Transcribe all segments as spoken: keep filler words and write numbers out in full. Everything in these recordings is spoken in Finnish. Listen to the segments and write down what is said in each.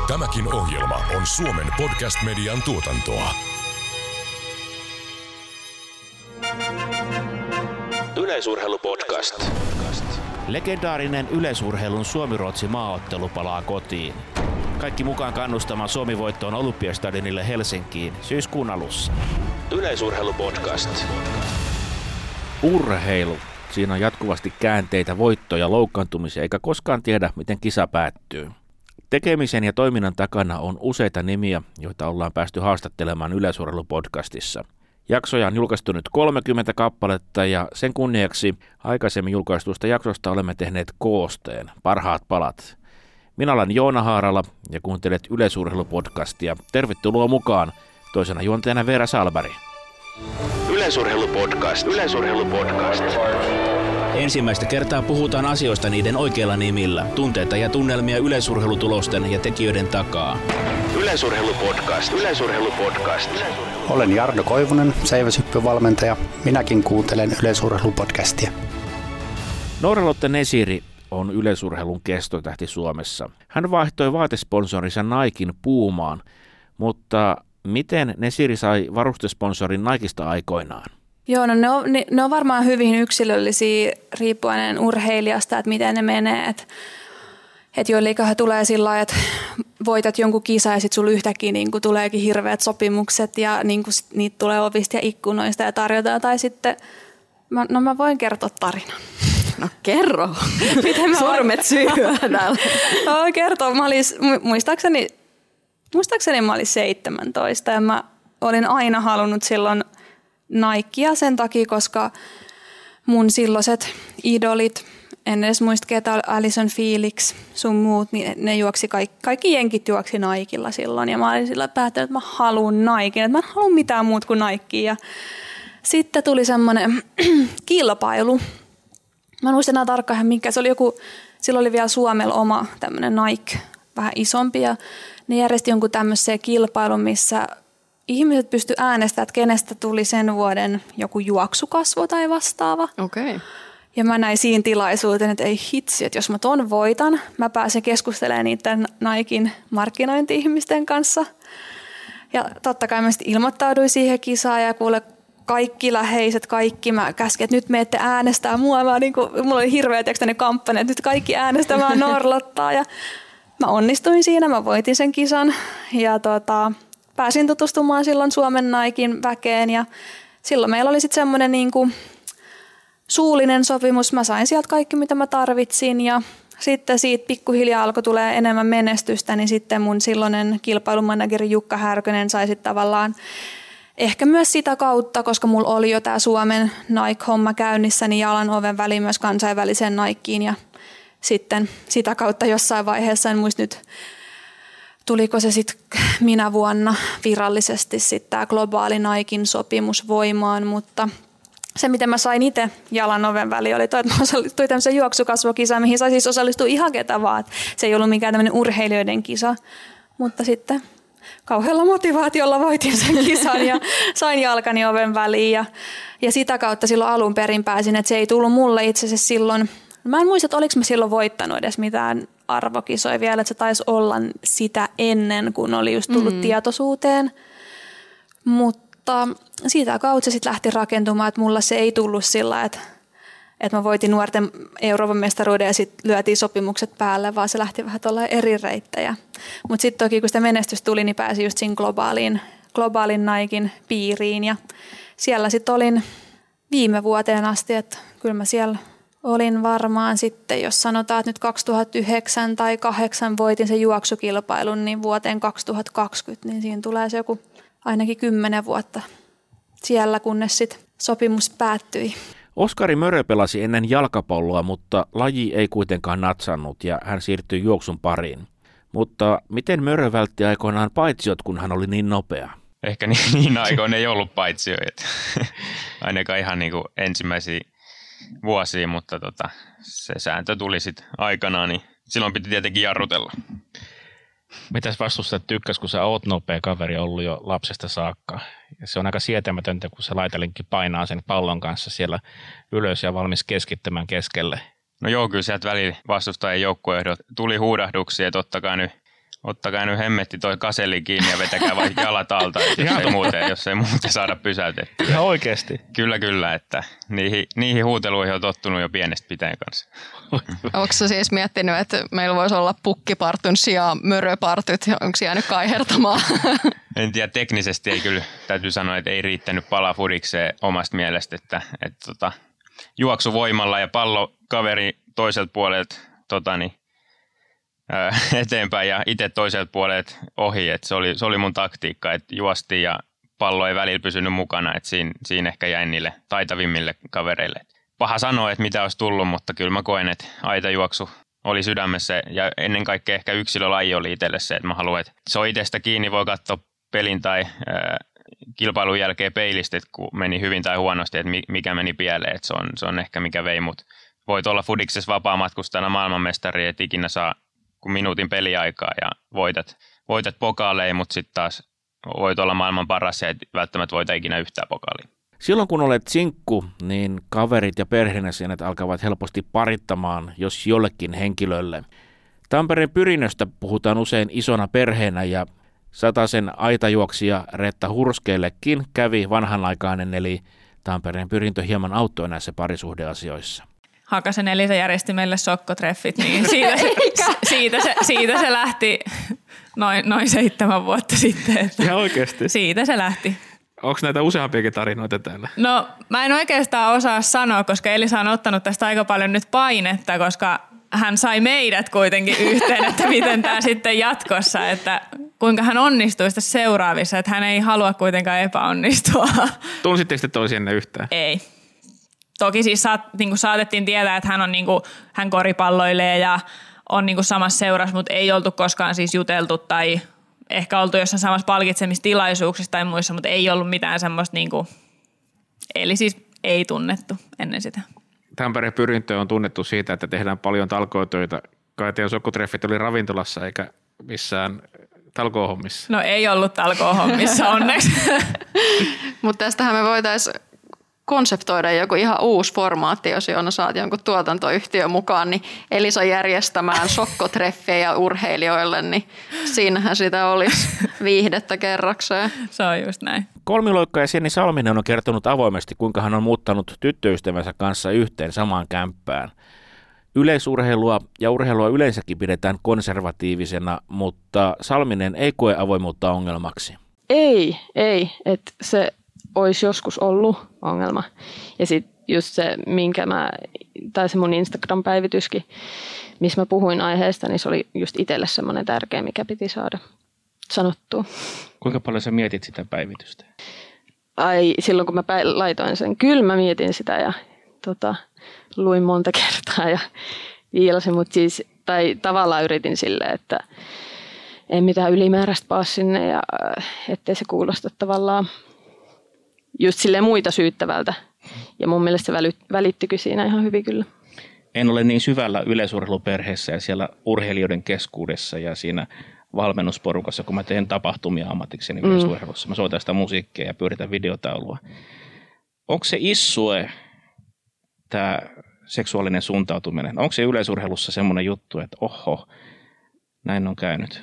Tämäkin ohjelma on Suomen podcast-median tuotantoa. Yleisurheilupodcast. Legendaarinen yleisurheilun Suomi-Ruotsi maaottelu palaa kotiin. Kaikki mukaan kannustamaan Suomi-voittoon Olympiastadionille Helsinkiin syyskuun alussa. Yleisurheilupodcast. Urheilu. Siinä on jatkuvasti käänteitä, voittoja, loukkaantumisia, eikä koskaan tiedä, miten kisa päättyy. Tekemisen ja toiminnan takana on useita nimiä, joita ollaan päästy haastattelemaan Yleisurheilupodcastissa. Jaksoja on julkaistu nyt kolmekymmentä kappaletta ja sen kunniaksi aikaisemmin julkaistuista jaksosta olemme tehneet koosteen, parhaat palat. Minä olen Joona Haarala ja kuuntelet Yleisurheilupodcastia. Tervetuloa mukaan, toisena juontajana Veera Salberg. Yleisurheilupodcast. Yleisurheilupodcast. Ensimmäistä kertaa puhutaan asioista niiden oikeilla nimillä. Tunteita ja tunnelmia yleisurheilutulosten ja tekijöiden takaa. Yleisurheilupodcast. Yleisurheilupodcast. Olen Jarno Koivunen, seiväshyppyvalmentaja. Minäkin kuuntelen Yleisurheilupodcastia. Noora-Lotta Nesiri on yleisurheilun kestotähti Suomessa. Hän vaihtoi vaatesponsorinsa Niken Pumaan, mutta miten Nesiri sai varustesponsorin Nikesta aikoinaan? Joo, no ne on, ne, ne on varmaan hyvin yksilöllisiä riippuen urheilijasta, että miten ne menee. Että et joilleikahan tulee sillä lailla, että voitat jonkun kisa ja sitten sulla yhtäkkiä niin kun tuleekin hirveät sopimukset ja niin kun niitä tulee ovista ja ikkunoista ja tarjotaan. Tai sitten, mä, no mä voin kertoa tarinan. No kerro. Miten mä Sormet syyhyä täällä. Mä voin kertoa. Mä olis, muistaakseni, muistaakseni mä olin seitsemäntoista ja mä olin aina halunnut silloin Nikea sen takia, koska mun silloiset idolit, en edes muista ketä, Allyson Felix, sun muut, niin ne juoksi, kaikki, kaikki jenkit juoksi Nikella silloin. Ja mä olin sillä päättänyt, että mä haluan Niken, että mä en halua mitään muuta kuin Nikea. Ja sitten tuli semmoinen kilpailu. Mä en muista enää tarkkaan mikä, se oli joku, silloin oli vielä Suomella oma tämmöinen Nike, vähän isompi. Ja ne järjesti jonkun tämmöisen kilpailun, missä ihmiset pysty äänestämään, että kenestä tuli sen vuoden joku juoksukasvo tai vastaava. Okei. Okay. Ja mä näin siinä tilaisuuteen, että ei hitsi, että jos mä ton voitan, mä pääsen keskustelemaan niiden Niken markkinointi-ihmisten kanssa. Ja totta kai mä sitten ilmoittauduin siihen kisaan ja kuule kaikki läheiset, kaikki mä käskin, että nyt me ette äänestää mua. Mä, niin kuin, mulla oli hirveä tekstäinen kampanja, että nyt kaikki äänestämään Noora-Lottaa. Ja mä onnistuin siinä, mä voitin sen kisan ja tota... Pääsin tutustumaan silloin Suomen Niken väkeen ja silloin meillä oli sitten semmoinen niinku suullinen sopimus. Mä sain sieltä kaikki, mitä mä tarvitsin ja sitten siitä pikkuhiljaa alkoi tulee enemmän menestystä, niin sitten mun silloinen kilpailumanageri Jukka Härkönen sai sitten tavallaan ehkä myös sitä kautta, koska mulla oli jo tämä Suomen Nike-homma käynnissä, niin jalan oven väliin myös kansainväliseen Nikeen ja sitten sitä kautta jossain vaiheessa, en muista nyt, tuliko se sitten minä vuonna virallisesti sitten tämä globaali Niken sopimus voimaan, mutta se miten mä sain itse jalan oven väliin oli toi, että mä osallistuin tämmöiseen juoksukasvokisaan, mihin sai siis osallistua ihan ketä vaan. Se ei ollut mikään tämmöinen urheilijoiden kisa, mutta sitten kauhealla motivaatiolla voitin sen kisan ja sain jalkani oven väliin ja, ja sitä kautta silloin alun perin pääsin, että se ei tullut mulle itse asiassa silloin. Mä en muista, että oliko mä silloin voittanut edes mitään arvokisoja vielä, että se taisi olla sitä ennen, kun oli just tullut mm. tietoisuuteen. Mutta siitä kautta se sitten lähti rakentumaan, että mulla se ei tullut sillä, että, että mä voitin nuorten Euroopan mestaruuden ja sitten lyötiin sopimukset päälle, vaan se lähti vähän tuolla eri reittejä. Mutta sitten toki, kun sitä menestys tuli, niin pääsi just siinä globaaliin, globaalin Niken piiriin ja siellä sitten olin viime vuoteen asti, että kyllä mä siellä olin varmaan sitten, jos sanotaan, että nyt kaksituhattayhdeksän tai kahdeksan voitin sen juoksukilpailun, niin vuoteen kaksituhattakaksikymmentä, niin siinä tulee se joku ainakin kymmenen vuotta siellä, kunnes sitten sopimus päättyi. Oskari Mörö pelasi ennen jalkapalloa, mutta laji ei kuitenkaan natsannut ja hän siirtyi juoksun pariin. Mutta miten Mörö vältti aikoinaan paitsiot, kun hän oli niin nopea? Ehkä niin, niin aikoina ei ollut paitsioita. Ainakaan ihan niin kuin ensimmäisiä vuosia, mutta tota, se sääntö tuli sitten aikanaan, niin silloin piti tietenkin jarrutella. Mitäs vastustajat tykkäs, kun sä oot nopea kaveri ollut jo lapsesta saakka? Ja se on aika sietämätöntä, kun se laitalinkki painaa sen pallon kanssa siellä ylös ja valmis keskittymään keskelle. No joo, kyllä sieltä välillä vastustajien joukkueehdot tuli huudahduksia ja totta kai nyt ottakaa nyt hemmetti toi kaseli kiinni ja vetäkää vaikka jalat alta, jos ei, muuten, jos ei muuten saada pysäytettyä. Ihan oikeasti. Kyllä, kyllä, että niihin, niihin huuteluihin on tottunut jo pienestä pitäen kanssa. Onko sä siis miettinyt, että meillä voisi olla pukkipartun sijaan möröpartyt? Onko se jäänyt kaihertamaan? En tiedä, teknisesti ei kyllä, täytyy sanoa, että ei riittänyt pala fudikseen omasta mielestä, että, että tota, juoksuvoimalla ja pallo kaveri toiselta puolelta tota, niin, ää, eteenpäin ja itse toiselta puolelta ohi, että se oli, se oli mun taktiikka, että juostiin ja pallo ei välillä pysynyt mukana, että siinä, siinä ehkä jäin niille taitavimmille kavereille. Paha sanoa, että mitä olisi tullut, mutta kyllä mä koen, että aitajuoksu oli sydämessä ja ennen kaikkea ehkä yksilölaji oli itselle se, että mä haluan, että se on itsestä kiinni, voi katsoa pelin tai ää, kilpailun jälkeen peilistä, että kun meni hyvin tai huonosti, että mikä meni pieleen, että se on, se on ehkä mikä vei mut. Voit olla fudiksessa vapaamatkustajana maailmanmestari, et ikinä saa kuin minuutin peliaikaa ja voitat, voitat pokaaleja, mutta sitten taas voit olla maailman paras ja et välttämättä voita ikinä yhtään pokaalia. Silloin kun olet sinkku, niin kaverit ja perheenjäsenet alkavat helposti parittamaan, jos jollekin henkilölle. Tampereen Pyrinnöstä puhutaan usein isona perheenä ja Satasen aitajuoksija Reetta Hurskeellekin kävi vanhanaikainen, eli Tampereen Pyrintö hieman auttoi näissä parisuhdeasioissa. Hakasen Elisa järjesti meille sokkotreffit, niin siitä se, siitä se, siitä se lähti noin, noin seitsemän vuotta sitten. Että ihan oikeasti? Siitä se lähti. Onko näitä useampiakin tarinoita täällä? No mä en oikeastaan osaa sanoa, koska Elisa on ottanut tästä aika paljon nyt painetta, koska hän sai meidät kuitenkin yhteen, että miten tämä sitten jatkossa, että kuinka hän onnistuu sitten seuraavissa, että hän ei halua kuitenkaan epäonnistua. Tunsitteko te toisianne yhtään? Ei. Toki siis saat, niin kuin saatettiin tietää, että hän, on, niin kuin, hän koripalloilee ja on niin kuin samassa seurassa, mutta ei oltu koskaan siis juteltu tai ehkä oltu jossain samassa palkitsemistilaisuuksissa tai muissa, mutta ei ollut mitään semmoista, niin kuin, eli siis ei tunnettu ennen sitä. Tampereen Pyrintö on tunnettu siitä, että tehdään paljon talkootöitä. Kai teidän sokkotreffit oli ravintolassa eikä missään talkoohommissa. No ei ollut talkoohommissa onneksi. Mutta tästähän me voitaisiin konseptoida joku ihan uusi formaatti, jos Joona saat jonkun tuotantoyhtiön mukaan, niin Elisa järjestämään sokkotreffejä urheilijoille, niin siinähän sitä olisi viihdettä kerrakseen. Se on just näin. Kolmiloikkaja Jenni Salminen on kertonut avoimesti, kuinka hän on muuttanut tyttöystävänsä kanssa yhteen samaan kämppään. Yleisurheilua ja urheilua yleensäkin pidetään konservatiivisena, mutta Salminen ei koe avoimuutta ongelmaksi. Ei, ei. Että se olisi joskus ollut ongelma. Ja sitten just se, minkä mä, tai se mun Instagram-päivityskin, missä mä puhuin aiheesta, niin se oli just itselle semmoinen tärkeä, mikä piti saada sanottua. Kuinka paljon sä mietit sitä päivitystä? Ai, silloin kun mä päin, laitoin sen, kyllä mä mietin sitä ja tota, luin monta kertaa ja viilasin, mutta siis, tai tavallaan yritin silleen, että en mitään ylimääräistä paa sinne ja ettei se kuulosta tavallaan just silleen muita syyttävältä. Ja mun mielestä se välittyikin siinä ihan hyvin kyllä. En ole niin syvällä yleisurheiluperheessä ja siellä urheilijoiden keskuudessa ja siinä valmennusporukassa, kun mä teen tapahtumia ammatikseni mm. yleisurheilussa. Mä soitan sitä musiikkia ja pyöritän videotaulua. Onko se issue, tämä seksuaalinen suuntautuminen, onko se yleisurheilussa semmoinen juttu, että oho, näin on käynyt?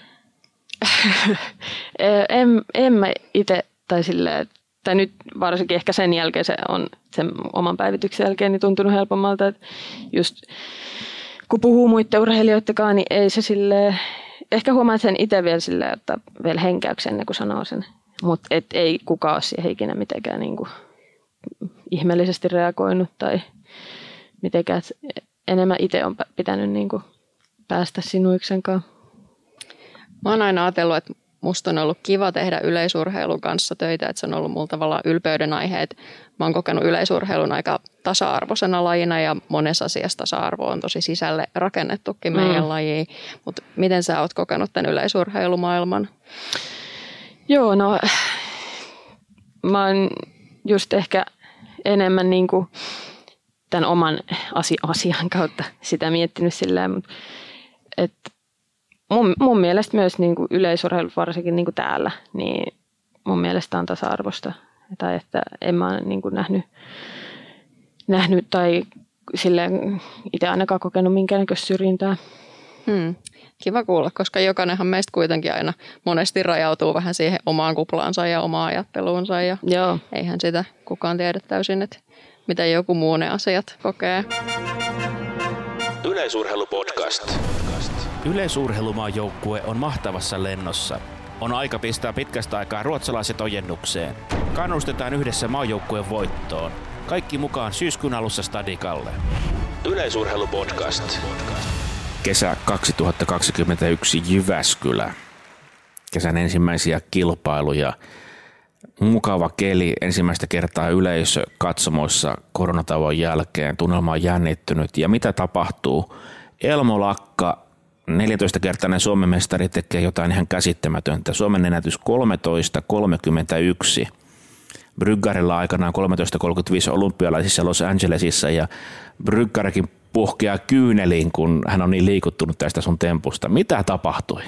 en, en mä itse, tai silleen, tai nyt varsinkin ehkä sen jälkeen se on sen oman päivityksen jälkeen niin tuntunut helpommalta, että just kun puhuu muiden urheilijoidenkaan, niin ei se silleen, ehkä huomaa sen itse vielä silleen, että vielä henkäyksen ennen kuin sanoo sen, mutta ei kukaan ole siihen ikinä mitenkään niin kuin ihmeellisesti reagoinut tai mitenkään, enemmän itse on pitänyt niin kuin päästä sinuiksenkaan. Mä oon aina ajatellut, että musta on ollut kiva tehdä yleisurheilun kanssa töitä, että se on ollut mulla tavallaan ylpeyden aihe, että mä oon kokenut yleisurheilun aika tasa-arvoisena lajina ja monessa asiassa tasa-arvo on tosi sisälle rakennettukin meidän mm. lajiin, mutta miten sä oot kokenut tämän yleisurheilumaailman? Joo, no mä oon just ehkä enemmän niin kuin tämän oman asian kautta sitä miettinyt silleen, mutta että Mun, mun mielestä myös niin kuin yleisurheilu, varsinkin niin kuin täällä, niin mun mielestä on tasa-arvosta. Tai että en mä ole niin kuin nähnyt, nähnyt tai silleen itse ainakaan kokenut minkäännäköistä syrjintää. Hmm. Kiva kuulla, koska jokainenhan meistä kuitenkin aina monesti rajautuu vähän siihen omaan kuplaansa ja omaan ajatteluunsa. Ja Joo. Eihän sitä kukaan tiedä täysin, että miten joku muu ne asiat kokee. Yleisurheilupodcast. Yleisurheilumaajoukkue on mahtavassa lennossa. On aika pistää pitkästä aikaa ruotsalaiset ojennukseen. Kannustetaan yhdessä maajoukkueen voittoon. Kaikki mukaan syyskuun alussa Stadikalle. Yleisurheilupodcast. Kesä kaksituhattakaksikymmentäyksi Jyväskylä. Kesän ensimmäisiä kilpailuja. Mukava keli ensimmäistä kertaa yleisö katsomoissa koronatauon jälkeen. Tunnelma on jännittynyt. Ja mitä tapahtuu? Elmo Lakka, neljätoistakertainen Suomen mestari, tekee jotain ihan käsittämätöntä. Suomen ennätys kolmetoista kolmekymmentäyksi. Bryggarilla aikanaan kolmetoista kolmekymmentäviisi olympialaisissa Los Angelesissa ja Bryggarikin puhkeaa kyyneliin, kun hän on niin liikuttunut tästä sun tempusta. Mitä tapahtui?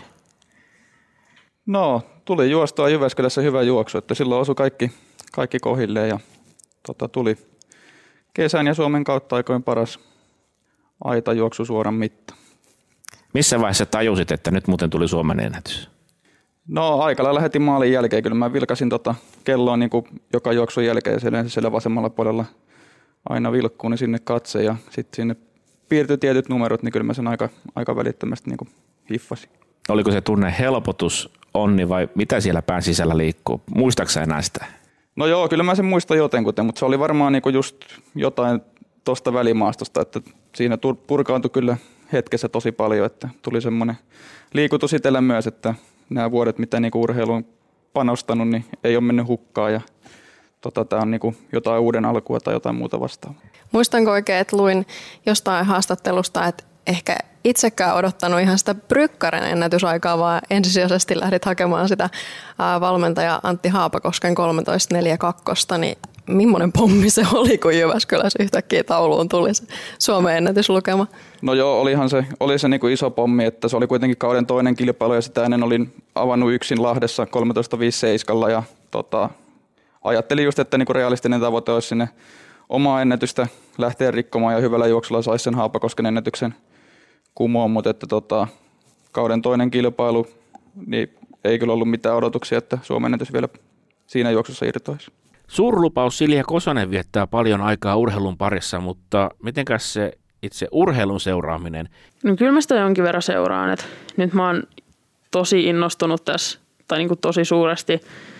No, tuli juostua Jyväskylässä hyvä juoksu, että silloin osui kaikki, kaikki kohilleen ja tota, tuli kesän ja Suomen kautta aikoin paras aitajuoksu suoran mitta. Missä vaiheessa tajusit, että nyt muuten tuli Suomen ennätys? No aika lailla heti maalin jälkeen. Kyllä mä vilkasin tota kelloa niin kuin joka juoksun jälkeen ja siellä vasemmalla puolella aina vilkkuun niin sinne katse ja sitten sinne piirtyi tietyt numerot, niin kyllä mä sen aika, aika välittömästi niin kuin hiffasin. Oliko se tunne helpotus, onni vai mitä siellä pään sisällä liikkuu? Muistaaksä enää sitä? No joo, kyllä mä sen muistan jotenkuten, mutta se oli varmaan niin kuin just jotain tuosta välimaastosta, että siinä purkaantui kyllä hetkessä tosi paljon, että tuli semmoinen liikutus itsellä myös, että nämä vuodet, mitä niin kuin urheiluun panostanut, niin ei ole mennyt hukkaan ja tota, tämä on niin kuin jotain uuden alkua tai jotain muuta vastaavaa. Muistanko oikein, että luin jostain haastattelusta, että ehkä itsekään odottanut ihan sitä Bryggaren ennätysaikaa, vaan ensisijaisesti lähdit hakemaan sitä valmentaja Antti Haapakosken kolmetoista neljäkymmentäkaksi, niin millainen pommi se oli, kun Jyväskylässä yhtäkkiä tauluun tuli se Suomen ennätyslukema? No joo, olihan se, oli se niin kuin iso pommi, että se oli kuitenkin kauden toinen kilpailu ja sitä ennen olin avannut yksin Lahdessa kolmetoista viisikymmentäseitsemän ja tota, ajattelin just, että niin kuin realistinen tavoite olisi sinne omaa ennätystä lähteä rikkomaan ja hyvällä juoksulla saisi sen Haapakosken ennätyksen kumoon, mutta että tota, kauden toinen kilpailu, niin ei kyllä ollut mitään odotuksia, että Suomen ennätys vielä siinä juoksussa irtoisi. Suurlupaus Silja Kosonen viettää paljon aikaa urheilun parissa, mutta mitenkäs se itse urheilun seuraaminen? No kyllä mä sitä jonkin verran seuraan, että nyt mä oon tosi innostunut tässä, tai niin kuin tosi suuresti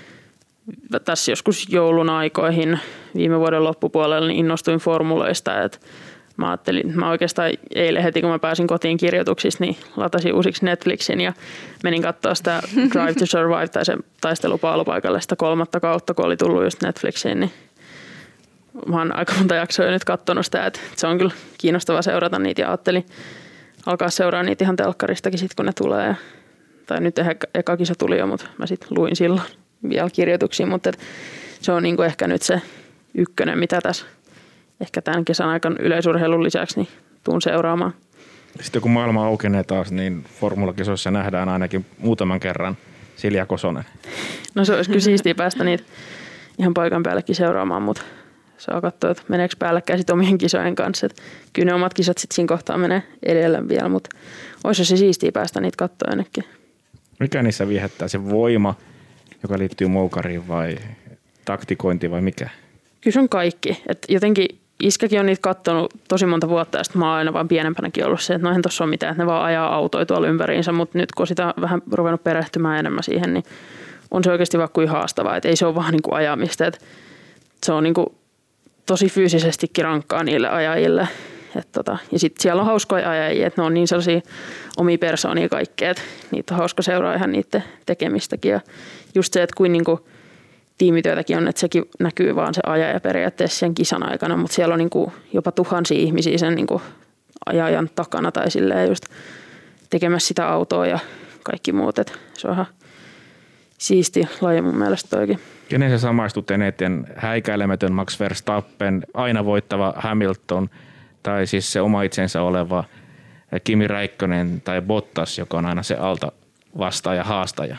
tässä joskus joulun aikoihin viime vuoden loppupuolella niin innostuin formuloista, että mä ajattelin, mä oikeastaan eilen heti kun mä pääsin kotiin kirjoituksista, niin latasin uusiksi Netflixin ja menin katsoa sitä Drive to Survive tai se taistelupaalupaikalle sitä kolmatta kautta, kun oli tullut just Netflixiin, niin mä oon aika monta jaksoa nyt katsonut sitä, että se on kyllä kiinnostavaa seurata niitä ja ajattelin alkaa seuraa niitä ihan telkkaristakin sit kun ne tulee. Ja, tai nyt ehkä eka kisa tuli jo, mutta mä sit luin silloin vielä kirjoituksia, mutta se on niinku ehkä nyt se ykkönen, mitä tässä ehkä tämän kesän aikana yleisurheilun lisäksi niin tuun seuraamaan. Sitten kun maailma aukenee taas, niin formulakisoissa nähdään ainakin muutaman kerran Silja Kosonen. No se olisi kyllä siistiä päästä niitä ihan paikan päällekin seuraamaan, mutta saa katsoa, että meneekö päällekkäin sit omien kisojen kanssa. Et kyllä ne omat kisat sitten siinä kohtaa menee edellä vielä, mutta olisi se siistiä päästä niitä katsoa ennenkin. Mikä niissä viehättää? Se voima, joka liittyy moukariin vai taktikointi vai mikä? Kyllä se on kaikki. Et jotenkin iskäkin on niitä katsonut tosi monta vuotta ja sitten mä oon aina vaan pienempänäkin ollut se, että no eihän tossa ole mitään, että ne vaan ajaa autoja tuolla ympäriinsä, mutta nyt kun sitä vähän ruvennut perehtymään enemmän siihen, niin on se oikeasti vaan kuin haastavaa, että ei se ole vaan niin kuin ajamista, että se on niin kuin tosi fyysisestikin rankkaa niille ajajille. Et tota, ja sitten siellä on hauskoja ajajia, että ne on niin sellaisia omia persoonia kaikkea, että niitä on hauska seuraa ihan niiden tekemistäkin ja just se, että kuin niinku tiimityötäkin on, että sekin näkyy vaan se ajaja periaatteessa sen kisan aikana, mutta siellä on niinku jopa tuhansia ihmisiä sen niinku ajajan takana tai silleen just tekemässä sitä autoa ja kaikki muut, että se on ihan siisti laji mun mielestä toikin. Kenen sä samaistut eniten? Häikäilemätön Max Verstappen, aina voittava Hamilton tai siis se oma itsensä oleva Kimi Räikkönen tai Bottas, joka on aina se alta vastaaja, haastaja?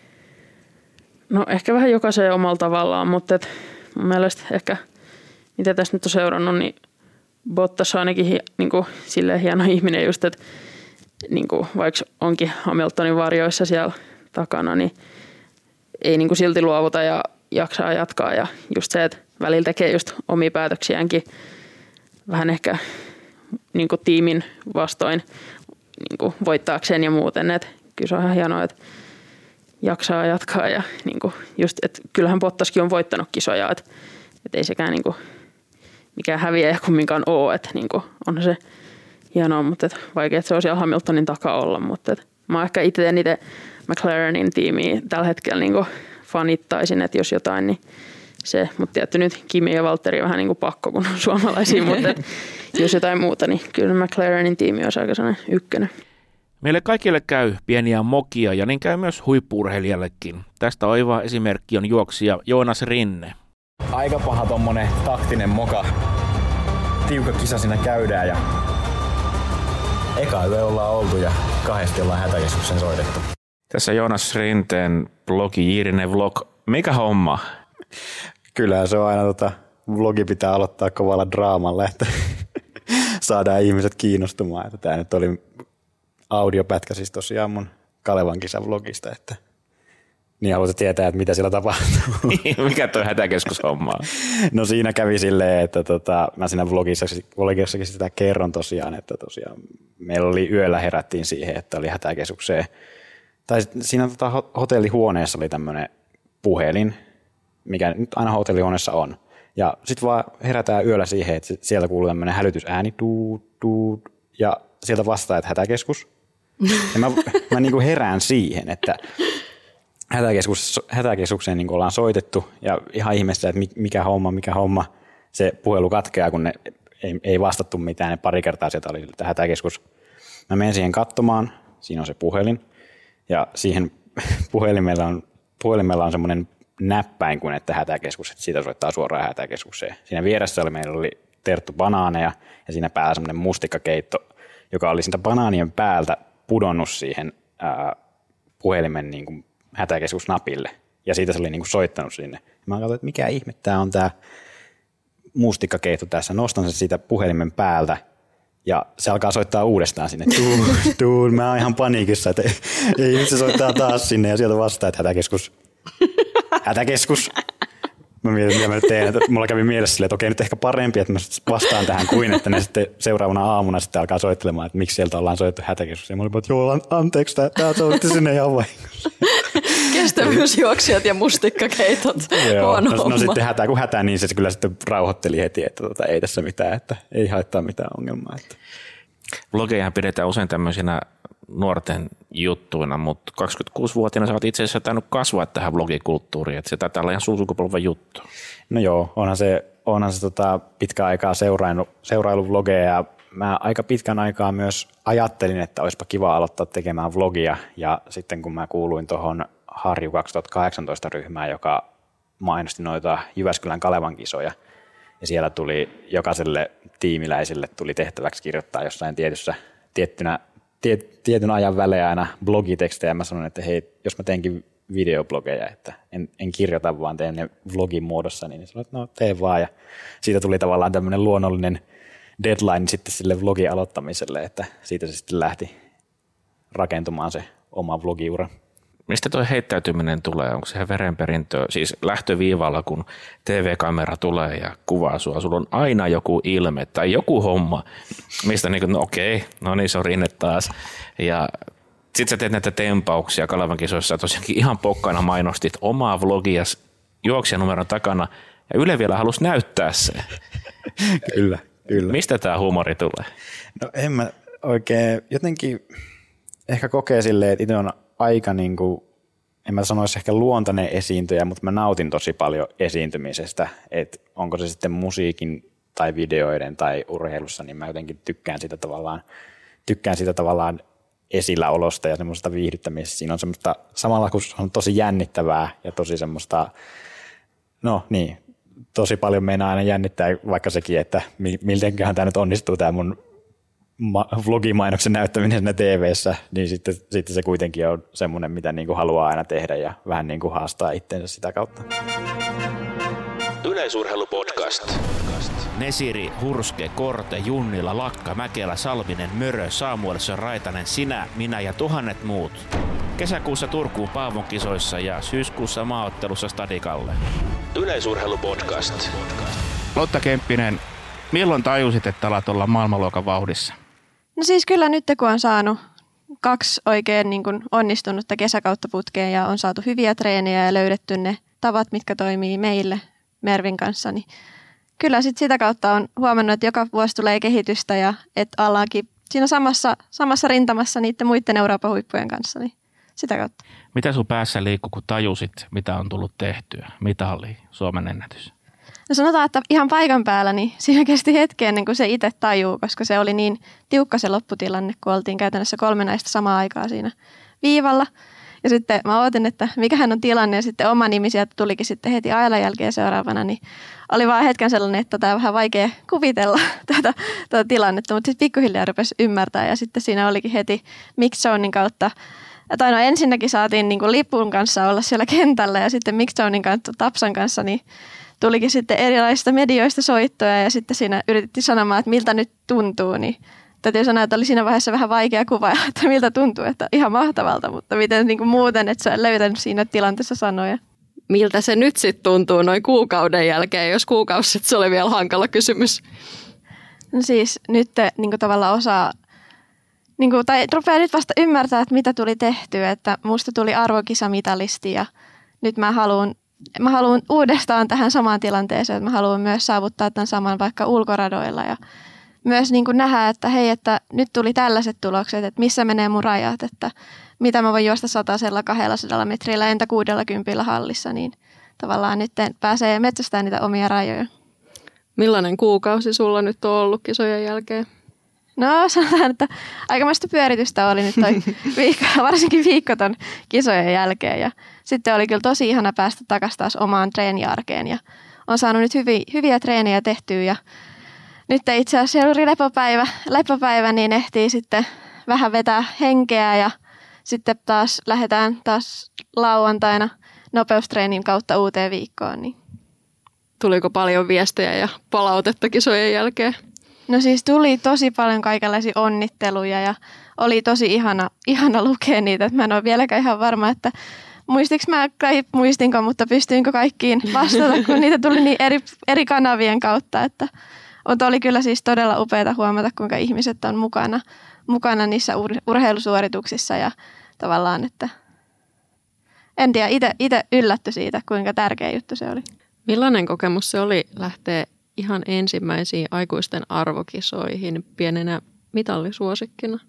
No ehkä vähän jokaisen omalla tavallaan, mutta et mun mielestä ehkä, mitä tässä nyt on seurannut, niin Bottas on ainakin hi, niin kuin, silleen hieno ihminen just, että niin kuin, vaikka onkin Hamiltonin varjoissa siellä takana, niin ei niin kuin silti luovuta ja jaksaa jatkaa. Ja just se, että välillä tekee just omia päätöksiäänkin vähän ehkä niin kuin tiimin vastoin niin kuin voittaakseen ja muuten. Että kyllä se on ihan hienoa, että jaksaa jatkaa. Ja niin kuin just, että kyllähän Bottaskin on voittanut kisoja, että, että ei sekään niin kuin mikään häviäjä kumminkaan ole. Että niin kuin onhan se hienoa, mutta että vaikea, että se on siellä Hamiltonin takaa olla. Mutta että mä oon ehkä itse eniten McLarenin tiimiä tällä hetkellä niin kuin fanittaisin, että jos jotain, niin se. Mutta tietty nyt Kimi ja Valtteri vähän niin kuin pakko, kun on suomalaisia, mutta jos jotain muuta, niin kyllä McLarenin tiimi on aika sellainen ykkönen. Meille kaikille käy pieniä mokia ja niin käy myös huippu-urheilijallekin. Tästä oiva esimerkki on juoksija Joonas Rinne. Aika paha tommonen taktinen moka. Tiukka kisa siinä käydään ja eka yö ollaan oltu ja kahdesti ollaan hätäkeskuksen soitettu. Tässä Joonas Rinteen blogi Jiirinen Vlog. Mikä homma? Kyllähän se on aina, tota, vlogi pitää aloittaa kovalla draamalla, että saadaan ihmiset kiinnostumaan. Että tämä nyt oli audiopätkä siis tosiaan mun Kalevan kisan vlogista, että niin haluaisin tietää, että mitä siellä tapahtuu. Mikä tuo hätäkeskushomma on? No siinä kävi silleen, että tota, mä siinä vlogissa, vlogissakin sitä kerron tosiaan, että tosiaan meillä oli yöllä herättiin siihen, että oli hätäkeskukseen. Tai siinä tota, hotellihuoneessa oli tämmöinen puhelin, mikä nyt aina hotellihuoneessa on. Ja sitten vaan herätään yöllä siihen, että sieltä kuuluu tämmöinen hälytysääni, tuu, tuu, ja sieltä vastaa, että hätäkeskus. Ja mä, mä niin kuin herään siihen, että hätäkeskus, hätäkeskukseen niin kuin ollaan soitettu ja ihan ihmeessä, että mikä homma, mikä homma. Se puhelu katkeaa, kun ne ei, ei vastattu mitään, ne pari kertaa sieltä oli hätäkeskus. Mä menen siihen katsomaan, siinä on se puhelin ja siihen puhelimella on, puhelimella on semmoinen näppäin kuin että hätäkeskus, että siitä soittaa suoraan hätäkeskukseen. Siinä vieressä oli, meillä oli terttu banaaneja ja siinä päällä semmoinen mustikkakeitto, joka oli siitä banaanien päältä pudonnut siihen ää, puhelimen niin kuin hätäkeskusnapille. Ja siitä se oli niin kuin soittanut sinne. Ja mä katsoin, että mikä ihme tämä on tämä mustikkakeitto tässä. Nostan sen siitä puhelimen päältä ja se alkaa soittaa uudestaan sinne. Tuu, tuu, mä oon ihan paniikissa, että ei, ei se soittaa taas sinne ja sieltä vastaa, että hätäkeskus. Hätäkeskus. Mä mietin, mitä mä nyt teen. Että mulla kävi mielessä silleen, että okei, nyt ehkä parempi, että mä vastaan tähän kuin, että ne sitten seuraavana aamuna sitten alkaa soittelemaan, että miksi sieltä ollaan soittu hätäkeskukseen. Mä olin, että joo, anteeksi, tää soitti sinne ihan vahingossa. Kestävyysjuoksijat ja mustikkakeitot. Joo, no, no sitten hätää kun hätää, niin se kyllä sitten rauhoitteli heti, että tota, ei tässä mitään, että ei haittaa mitään ongelmaa. Että. Vlogejahan pidetään usein tämmöisinä nuorten juttuina, mutta kaksikymmentäkuusivuotiaana sä oot itse asiassa tainnut kasvaa tähän vlogikulttuuriin, että se taitaa olla ihan sun sukupolven juttu. No joo, onhan se, onhan se tota pitkä aikaa seuraillut, seuraillut vlogeja ja mä aika pitkän aikaa myös ajattelin, että olisipa kiva aloittaa tekemään vlogia ja sitten kun mä kuuluin tuohon Harju kaksituhattakahdeksantoista ryhmään, joka mainosti noita Jyväskylän Kalevan kisoja ja siellä tuli jokaiselle tiimiläiselle tuli tehtäväksi kirjoittaa jossain tietyssä, tiettynä Tiet, tietyn ajan välein aina blogitekstejä. Mä sanoin, että hei, jos mä teenkin videoblogeja, että en, en kirjoita, vaan teen ne vlogin muodossa, niin sanoin, että no tee vaan. Ja siitä tuli tavallaan tämmöinen luonnollinen deadline sitten sille vlogin aloittamiselle, että siitä se sitten lähti rakentumaan se oma vlogiura. Mistä tuo heittäytyminen tulee? Onko se verenperintö, siis lähtöviivalla, kun T V-kamera tulee ja kuvaa sua, sulla on aina joku ilme tai joku homma, mistä niin kuin, no okei, no niin, se on Rinne taas. Ja sitten sä teet näitä tempauksia Kalevan kisoissa, tosiaankin ihan pokkana mainostit omaa vlogia juoksijanumeron takana ja Yle vielä halusi näyttää se. Kyllä, kyllä. Mistä tämä huumori tulee? No en mä oikein, jotenkin ehkä kokee silleen, että itse on aika, niin kuin, en mä sanoisi ehkä luontainen esiintyjä, mutta mä nautin tosi paljon esiintymisestä, että onko se sitten musiikin tai videoiden tai urheilussa, niin mä jotenkin tykkään sitä tavallaan, tykkään sitä tavallaan esilläolosta ja semmoista viihdyttämisestä. Siinä on semmoista, samalla kun on tosi jännittävää ja tosi semmoista, no niin, tosi paljon meinaa aina jännittää vaikka sekin, että miltenköhän tämä nyt onnistuu tämä mun vlogimainoksen näyttäminen siinä T V:ssä, niin sitten, sitten se kuitenkin on semmoinen, mitä niin kuin haluaa aina tehdä ja vähän niin kuin haastaa itseensä sitä kautta. Yleisurheilupodcast. Nesiri, Hurske, Korte, Junnila, Lakka, Mäkelä, Salminen, Mörö, Samuelsson, Raitanen, sinä, minä ja tuhannet muut. Kesäkuussa Turkuun Paavon kisoissa ja syyskuussa maaottelussa Stadikalle. Yleisurheilupodcast. Lotta Kemppinen, milloin tajusit, että alat olla maailmanluokan vauhdissa? No siis kyllä nyt kun on saanut kaksi oikein niin kuin onnistunutta kesäkautta putkeen ja on saatu hyviä treenejä ja löydetty ne tavat, mitkä toimii meille Mervin kanssa, niin kyllä sit sitä kautta on huomannut, että joka vuosi tulee kehitystä ja että ollaankin siinä samassa, samassa rintamassa niiden muiden Euroopan huippujen kanssa, niin sitä kautta. Mitä sun päässä liikkuu, kun tajusit, mitä on tullut tehtyä? Mitä oli Suomen ennätys? No sanotaan, että ihan paikan päällä, niin siinä kesti hetki ennen kuin se itse tajuu, koska se oli niin tiukka se lopputilanne, kun oltiin käytännössä kolme naista samaan aikaan siinä viivalla. Ja sitten mä ootin, että mikähän on tilanne, ja sitten oma nimi sieltä tulikin sitten heti ajalan jälkeen seuraavana, niin oli vaan hetken sellainen, että tämä on vähän vaikea kuvitella tätä, tätä tilannetta, mutta sitten pikkuhiljaa rupesi ymmärtää, ja sitten siinä olikin heti Mixzonein kautta. Tai no ensinnäkin saatiin niin kuin lipun kanssa olla siellä kentällä, ja sitten Mixzonein kautta Tapsan kanssa, niin tulikin sitten erilaisista medioista soittoja, ja sitten siinä yritettiin sanomaan, että miltä nyt tuntuu, niin täytyy sanoa, että oli siinä vaiheessa vähän vaikea kuvailla, että miltä tuntuu, että ihan mahtavalta, mutta miten niin kuin muuten, että sä löytänyt siinä tilanteessa sanoja. Miltä se nyt sitten tuntuu noin kuukauden jälkeen, jos kuukausi sitten se oli vielä hankala kysymys? No siis nyt niin kuin tavallaan osaa, niin kuin, tai rupeaa nyt vasta ymmärtää, että mitä tuli tehtyä, että musta tuli arvokisamitalisti ja nyt mä haluan Mä haluan uudestaan tähän samaan tilanteeseen, että mä haluan myös saavuttaa tämän saman vaikka ulkoradoilla ja myös niin kuin nähdä, että hei, että nyt tuli tällaiset tulokset, että missä menee mun rajat, että mitä mä voin juosta satasella kahdellasadalla metrillä, entä kuudellakymmenellä hallissa, niin tavallaan nyt pääsee metsästämään niitä omia rajoja. Millainen kuukausi sulla nyt on ollut kisojen jälkeen? No sanotaan, että aikamoista pyöritystä oli nyt toi viikko, varsinkin viikko ton kisojen jälkeen ja sitten oli kyllä tosi ihana päästä takaisin taas omaan treeniarkeen ja on saanut nyt hyviä, hyviä treenejä tehtyä ja nyt itse asiassa oli lepopäivä, lepopäivä, niin ehtii sitten vähän vetää henkeä ja sitten taas lähdetään taas lauantaina nopeustreenin kautta uuteen viikkoon. Niin. Tuliko paljon viestejä ja palautetta kisojen jälkeen? No siis tuli tosi paljon kaikenlaisia onnitteluja ja oli tosi ihana, ihana lukea niitä, että mä en ole vieläkään ihan varma, että muistinko mä kai muistinko, mutta pystyinkö kaikkiin vastata, kun niitä tuli niin eri, eri kanavien kautta, että oli kyllä siis todella upeata huomata, kuinka ihmiset on mukana, mukana niissä ur- urheilusuorituksissa ja tavallaan, että en tiedä, itse yllätty siitä, kuinka tärkeä juttu se oli. Millainen kokemus se oli lähteä ihan ensimmäisiin aikuisten arvokisoihin pienenä mitallisuosikkina?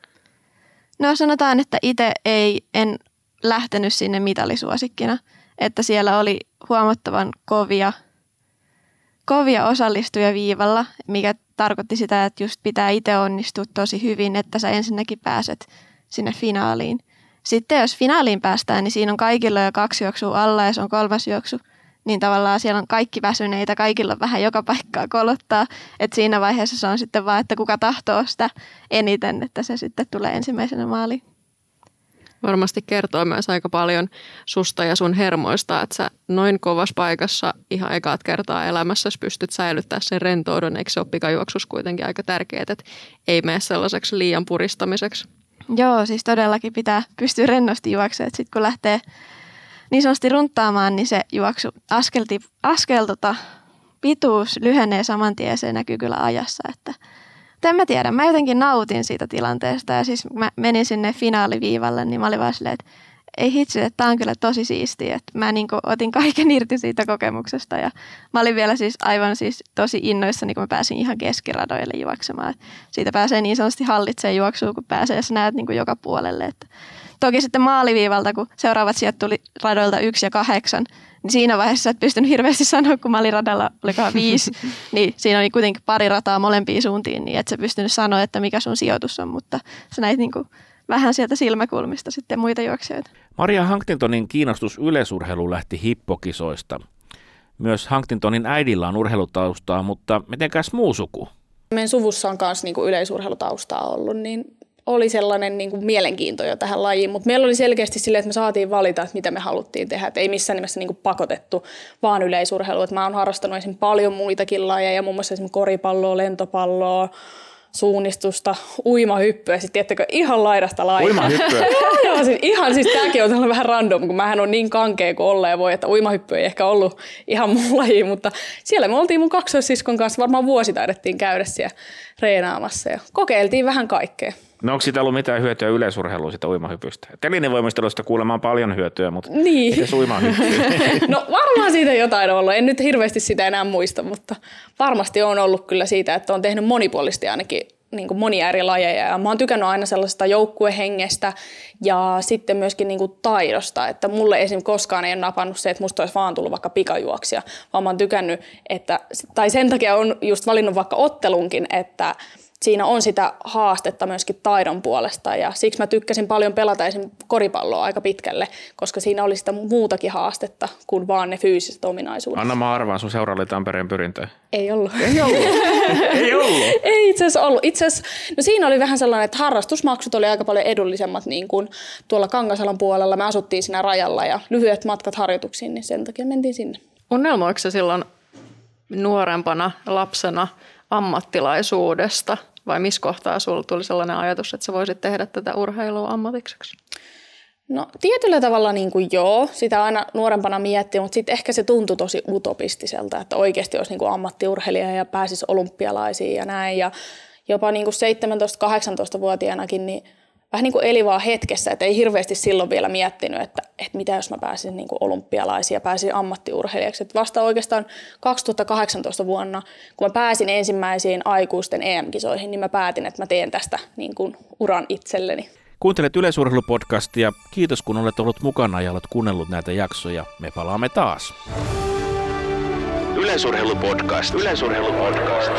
No sanotaan, että itse ei, en lähtenyt sinne mitallisuosikkina, että siellä oli huomattavan kovia, kovia osallistujia viivalla, mikä tarkoitti sitä, että just pitää itse onnistua tosi hyvin, että sä ensinnäkin pääset sinne finaaliin. Sitten jos finaaliin päästään, niin siinä on kaikilla jo kaksi juoksua alla ja se on kolmas juoksu. Niin tavallaan siellä on kaikki väsyneitä, kaikilla on vähän joka paikkaa kolottaa. Että siinä vaiheessa se on sitten vaan, että kuka tahtoo sitä eniten, että se sitten tulee ensimmäisenä maaliin. Varmasti kertoo myös aika paljon susta ja sun hermoista, että sä noin kovassa paikassa ihan ekat kertaa elämässä pystyt säilyttämään sen rentoudun. Eikö se ole pikajuoksussa kuitenkin aika tärkeää, että ei mene sellaiseksi liian puristamiseksi? Joo, siis todellakin pitää pystyä rennosti juoksemaan. Sitten kun lähtee niin sanotusti runttaamaan, niin se juoksu askelti, askel tota, pituus lyhenee saman tien, se näkyy kyllä ajassa. Että, en mä tiedä, mä jotenkin nautin siitä tilanteesta ja siis mä menin sinne finaaliviivalle, niin mä olin vaan silleen, että ei hitsi, että tää on kyllä tosi siistiä. Että mä niin kuin otin kaiken irti siitä kokemuksesta ja mä olin vielä siis aivan siis tosi innoissani, kun mä pääsin ihan keskiradoille juoksemaan. Että siitä pääsee niin sanotusti hallitsemaan juoksua, kun pääsee ja sä näet niin kuin joka puolelle, että toki sitten maaliviivalta, kun seuraavat sieltä tuli radoilta yksi ja kahdeksan, niin siinä vaiheessa et pystynyt hirveästi sanoa, kun mä olin radalla, olikohan viisi, niin siinä oli kuitenkin pari rataa molempiin suuntiin, niin et sä pystynyt sanoa, että mikä sun sijoitus on, mutta sä näit niin kuin vähän sieltä silmäkulmista sitten muita juoksijoita. Maria Huntingtonin kiinnostus yleisurheiluun lähti hippokisoista. Myös Huntingtonin äidillä on urheilutaustaa, mutta mitenkäs muu suku? Meidän suvussa on myös niinku yleisurheilutaustaa ollut, niin oli sellainen niin kuin mielenkiinto jo tähän lajiin, mutta meillä oli selkeästi silleen, että me saatiin valita, että mitä me haluttiin tehdä, että ei missään nimessä niin kuin pakotettu vaan yleisurheilua. Mä oon harrastanut esimerkiksi paljon muitakin lajeja, muun muassa esimerkiksi koripalloa, lentopalloa, suunnistusta, uimahyppyä, sitten tiettäkö ihan laidasta laitaan. Uimahyppyä? Joo, siis ihan, siis tämäkin on vähän random, kun mähän on niin kankea kuin olleen voi, että uimahyppy ei ehkä ollut ihan mun laji, mutta siellä me oltiin mun kaksoissiskon kanssa, varmaan vuosi taidettiin käydä siellä reenaamassa ja kokeiltiin vähän kaikkea. No onko siitä ollut mitään hyötyä yleisurheiluun sitä uimahypystä? Telinevoimistelusta kuulemaan paljon hyötyä, mutta niin. Mites uimahyppy? No varmaan siitä jotain on ollut. En nyt hirveästi sitä enää muista, mutta varmasti on ollut kyllä siitä, että on tehnyt monipuolisesti ainakin niin kuin monia eri lajeja. Ja mä oon tykännyt aina sellaisesta joukkuehengestä ja sitten myöskin niin kuin taidosta. Että mulle esimerkiksi koskaan ei ole napannut se, että musta olisi vaan tullut vaikka pikajuoksija, vaan mä oon tykännyt, että, tai sen takia on just valinnut vaikka ottelunkin, että siinä on sitä haastetta myöskin taidon puolesta ja siksi mä tykkäsin paljon pelata esimerkiksi koripalloa aika pitkälle, koska siinä oli sitä muutakin haastetta kuin vaan ne fyysiset ominaisuudet. Anna mä arvaan, sun seura oli Tampereen Pyrintö. Ei ollut. Ei ollut? Ei ollut? Ei itse asiassa ollut. Itse asiassa, no siinä oli vähän sellainen, että harrastusmaksut oli aika paljon edullisemmat niin kuin tuolla Kangasalan puolella. Me asuttiin siinä rajalla ja lyhyet matkat harjoituksiin, niin sen takia mentiin sinne. Unelmoiko se silloin nuorempana lapsena ammattilaisuudesta? Vai missä kohtaa sinulla tuli sellainen ajatus, että sä voisit tehdä tätä urheilua ammatikseksi? No tietyllä tavalla niin kuin joo, sitä aina nuorempana miettii, mutta sitten ehkä se tuntui tosi utopistiselta, että oikeasti olisi niin kuin ammattiurheilija ja pääsisi olympialaisiin ja näin. Ja jopa niin kuin seitsemäntoista-kahdeksantoista-vuotiaanakin niin vähän niin kuin eli vaan hetkessä, että ei hirveästi silloin vielä miettinyt, että, että mitä jos mä pääsin niin kuin olympialaisiin ja pääsin ammattiurheilijaksi. Että vasta oikeastaan kaksituhattakahdeksantoista vuonna, kun mä pääsin ensimmäisiin aikuisten E M-kisoihin, niin mä päätin, että mä teen tästä niin kuin uran itselleni. Kuuntelet Yleisurheilupodcastia. Kiitos kun olet ollut mukana ja olet kuunnellut näitä jaksoja. Me palaamme taas. Yleisurheilupodcast. Yleisurheilupodcast.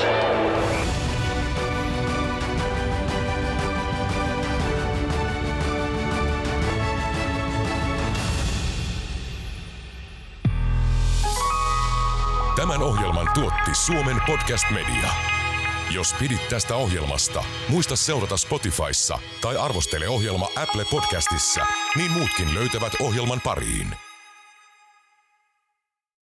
Tämän ohjelman tuotti Suomen Podcast Media. Jos pidit tästä ohjelmasta, muista seurata Spotifyssa tai arvostele ohjelma Apple Podcastissa, niin muutkin löytävät ohjelman pariin.